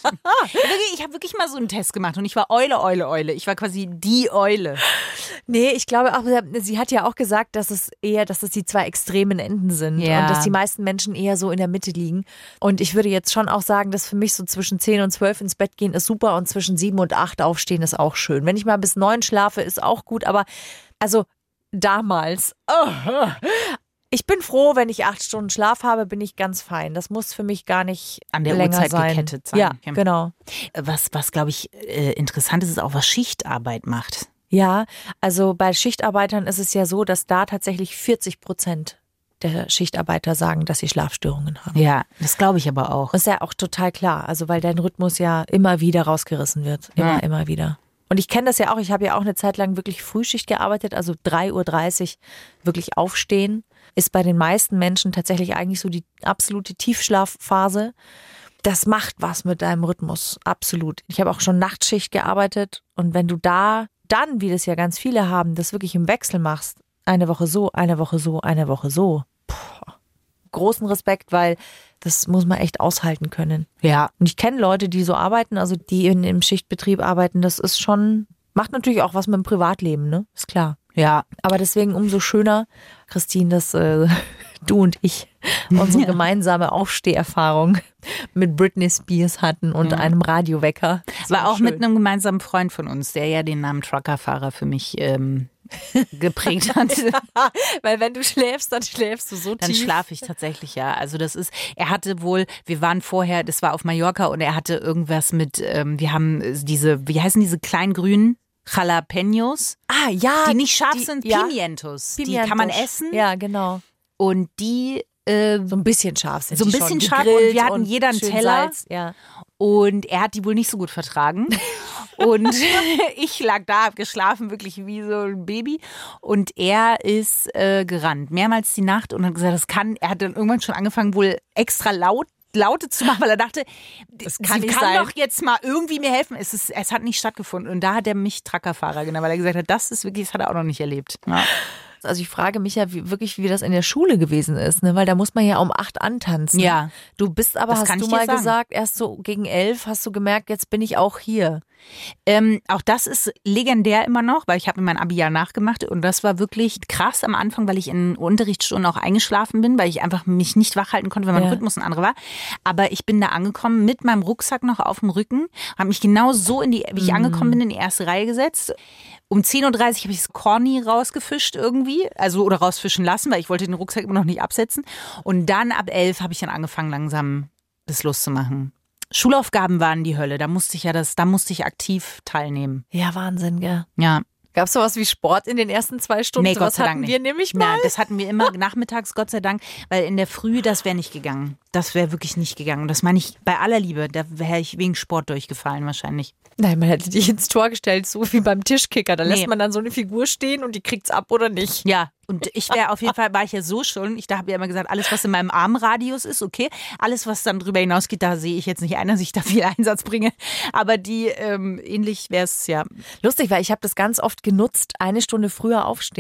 S2: Ich habe wirklich mal so einen Test gemacht und ich war Eule, Eule, Eule. Ich war quasi die Eule.
S3: Nee, ich glaube auch, sie hat ja auch gesagt, dass es eher, dass es die zwei extremen Enden sind
S2: ja.
S3: und dass die meisten Menschen eher so in der Mitte liegen. Und ich würde jetzt schon auch sagen, dass für mich so zwischen zehn und zwölf ins Bett gehen ist super und zwischen sieben und acht aufstehen ist auch schön. Wenn ich mal bis neun schlafe, ist auch gut, aber also damals, oh, ich bin froh, wenn ich acht Stunden Schlaf habe, bin ich ganz fein. Das muss für mich gar nicht
S2: an der
S3: länger
S2: Uhrzeit
S3: sein.
S2: gekettet sein.
S3: Ja, genau.
S2: Was, was glaube ich, äh, interessant ist, ist auch, was Schichtarbeit macht.
S3: Ja, also bei Schichtarbeitern ist es ja so, dass da tatsächlich vierzig Prozent der Schichtarbeiter sagen, dass sie Schlafstörungen haben.
S2: Ja, das glaube ich aber auch.
S3: Das ist ja auch total klar, also weil dein Rhythmus ja immer wieder rausgerissen wird. Immer, ja. immer wieder. Und ich kenne das ja auch, ich habe ja auch eine Zeit lang wirklich Frühschicht gearbeitet, also drei Uhr dreißig wirklich aufstehen. Ist bei den meisten Menschen tatsächlich eigentlich so die absolute Tiefschlafphase. Das macht was mit deinem Rhythmus, absolut. Ich habe auch schon Nachtschicht gearbeitet und wenn du da dann, wie das ja ganz viele haben, das wirklich im Wechsel machst, eine Woche so, eine Woche so, eine Woche so. Puh. Großen Respekt, weil das muss man echt aushalten können.
S2: Ja.
S3: Und ich kenne Leute, die so arbeiten, also die in, im Schichtbetrieb arbeiten, das ist schon, macht natürlich auch was mit dem Privatleben, ne? Ist klar.
S2: Ja.
S3: Aber deswegen umso schöner, Christine, dass äh, du und ich unsere ja. gemeinsame Aufsteherfahrung mit Britney Spears hatten und ja. einem Radiowecker.
S2: Das war auch schön. Mit einem gemeinsamen Freund von uns, der ja den Namen Truckerfahrer für mich ähm, geprägt hat.
S3: Ja, weil wenn du schläfst, dann schläfst du so
S2: dann
S3: tief.
S2: Dann schlafe ich tatsächlich, ja. Also das ist, er hatte wohl, wir waren vorher, das war auf Mallorca und er hatte irgendwas mit, ähm, wir haben diese, wie heißen diese kleinen grünen? Jalapenos.
S3: Ah, ja.
S2: Die nicht scharf
S3: die,
S2: sind,
S3: ja.
S2: Pimientos.
S3: Pimientos.
S2: Die kann man essen.
S3: Ja, genau.
S2: Und die äh,
S3: so ein bisschen scharf sind.
S2: So ein
S3: die
S2: bisschen
S3: schon
S2: scharf und wir hatten jeder einen Teller.
S3: Salz, ja.
S2: Und er hat die wohl nicht so gut vertragen. Und ich lag da, hab geschlafen, wirklich wie so ein Baby. Und er ist äh, gerannt, mehrmals die Nacht und hat gesagt, das kann, er hat dann irgendwann schon angefangen, wohl extra laut Laute zu machen, weil er dachte, das kann sie kann sein. Doch jetzt mal irgendwie mir helfen. Es, ist, es hat nicht stattgefunden. Und da hat er mich Truckerfahrer genannt, weil er gesagt hat, das ist wirklich, das hat er auch noch nicht erlebt. Ja.
S3: Also ich frage mich ja wie, wirklich, wie das in der Schule gewesen ist, ne? Weil da muss man ja um acht antanzen.
S2: Ja.
S3: Du bist aber, das hast du mal gesagt, erst so gegen elf hast du gemerkt, jetzt bin ich auch hier.
S2: Ähm, auch das ist legendär immer noch, weil ich habe mir mein Abi-Jahr nachgemacht und das war wirklich krass am Anfang, weil ich in Unterrichtsstunden auch eingeschlafen bin, weil ich einfach mich nicht wach halten konnte, weil mein ja. Rhythmus ein anderer war. Aber ich bin da angekommen mit meinem Rucksack noch auf dem Rücken, habe mich genau so, in die, wie ich mm. angekommen bin, in die erste Reihe gesetzt. Um zehn Uhr dreißig habe ich das Corny rausgefischt irgendwie, also oder rausfischen lassen, weil ich wollte den Rucksack immer noch nicht absetzen. Und dann ab elf habe ich dann angefangen, langsam das loszumachen. Schulaufgaben waren die Hölle, da musste ich ja das, da musste ich aktiv teilnehmen.
S3: Ja, Wahnsinn, gell?
S2: Ja.
S3: Gab es sowas wie Sport in den ersten zwei Stunden?
S2: Nee,
S3: so
S2: Gott sei Dank
S3: hatten wir
S2: nicht.
S3: nämlich mal.
S2: Nein, das hatten wir immer nachmittags, Gott sei Dank, weil in der Früh, das wäre nicht gegangen. Das wäre wirklich nicht gegangen. Und das meine ich bei aller Liebe, da wäre ich wegen Sport durchgefallen wahrscheinlich.
S3: Nein, man hätte dich ins Tor gestellt, so wie beim Tischkicker. Da nee. lässt man dann so eine Figur stehen und die kriegt's ab oder nicht.
S2: Ja, und ich wäre auf jeden Fall, war ich ja so schon, ich da habe ja immer gesagt, alles, was in meinem Armradius ist, okay. Alles, was dann drüber hinausgeht, da sehe ich jetzt nicht ein, dass ich da viel Einsatz bringe. Aber die, ähm, ähnlich wäre es ja.
S3: Lustig, weil ich habe das ganz oft genutzt, eine Stunde früher aufstehen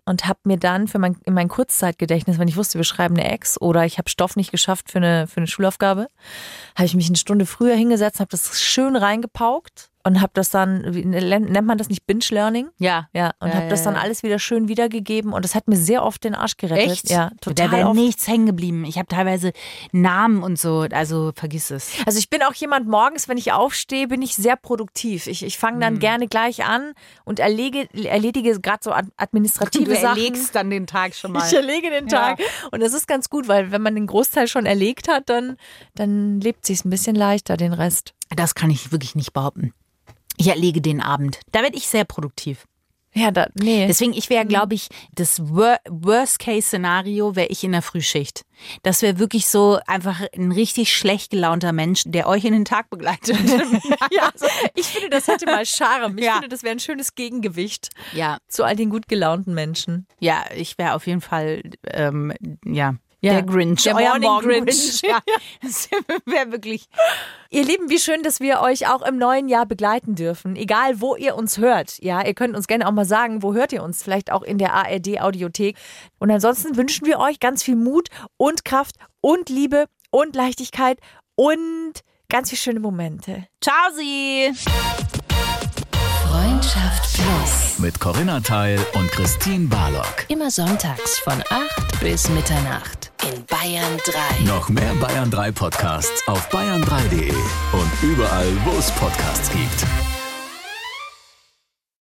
S3: und habe mir dann für mein, in mein Kurzzeitgedächtnis, wenn ich wusste, wir schreiben eine Ex oder ich habe Stoff nicht geschafft für eine, für eine Schulaufgabe, habe ich mich eine Stunde früher hingesetzt, habe das schön reingepaukt und habe das dann, wie, nennt man das nicht Binge-Learning?
S2: Ja.
S3: Ja, und
S2: Ja,
S3: habe
S2: ja,
S3: das dann
S2: ja.
S3: alles wieder schön wiedergegeben und das hat mir sehr oft den Arsch gerettet.
S2: Echt?
S3: Ja, total
S2: Da wäre
S3: oft.
S2: nichts hängen geblieben. Ich habe teilweise Namen und so, also vergiss es.
S3: Also ich bin auch jemand, morgens, wenn ich aufstehe, bin ich sehr produktiv. Ich, ich fange dann
S2: Hm.
S3: gerne gleich an und erlege, erledige gerade so ad- administrative
S2: Du
S3: Sachen.
S2: erlegst dann den Tag schon mal.
S3: Ich erlege den Tag.
S2: Ja.
S3: Und das ist ganz gut, weil wenn man den Großteil schon erlegt hat, dann, dann lebt sich's ein bisschen leichter, den Rest.
S2: Das kann ich wirklich nicht behaupten. Ich erlege den Abend. Da werde ich sehr produktiv.
S3: Ja, da, nee.
S2: Deswegen, ich wäre, glaube ich, das Wor- Worst-Case-Szenario wäre ich in der Frühschicht. Das wäre wirklich so einfach ein richtig schlecht gelaunter Mensch, der euch in den Tag begleitet.
S3: ja, ich finde, das hätte mal Charme. Ich
S2: Ja.
S3: finde, das wäre ein schönes Gegengewicht
S2: ja,
S3: zu all den gut gelaunten Menschen.
S2: ja, ich wäre auf jeden Fall, ähm, ja,
S3: Ja,
S2: der Grinch.
S3: der
S2: euer
S3: Morning
S2: Morgen-Grinch.
S3: Grinch.
S2: Ja, das wäre wirklich...
S3: Ihr Lieben, wie schön, dass wir euch auch im neuen Jahr begleiten dürfen. Egal, wo ihr uns hört. Ja, ihr könnt uns gerne auch mal sagen, wo hört ihr uns? Vielleicht auch in der A R D-Audiothek. Und ansonsten wünschen wir euch ganz viel Mut und Kraft und Liebe und Leichtigkeit und ganz viele schöne Momente.
S2: Ciao, Sie!
S4: Freundschaft Plus.
S1: Mit Corinna Teil und Christine Barlock.
S4: Immer sonntags von acht bis Mitternacht in Bayern drei.
S1: Noch mehr Bayern drei Podcasts auf bayern drei punkt de und überall, wo es Podcasts gibt.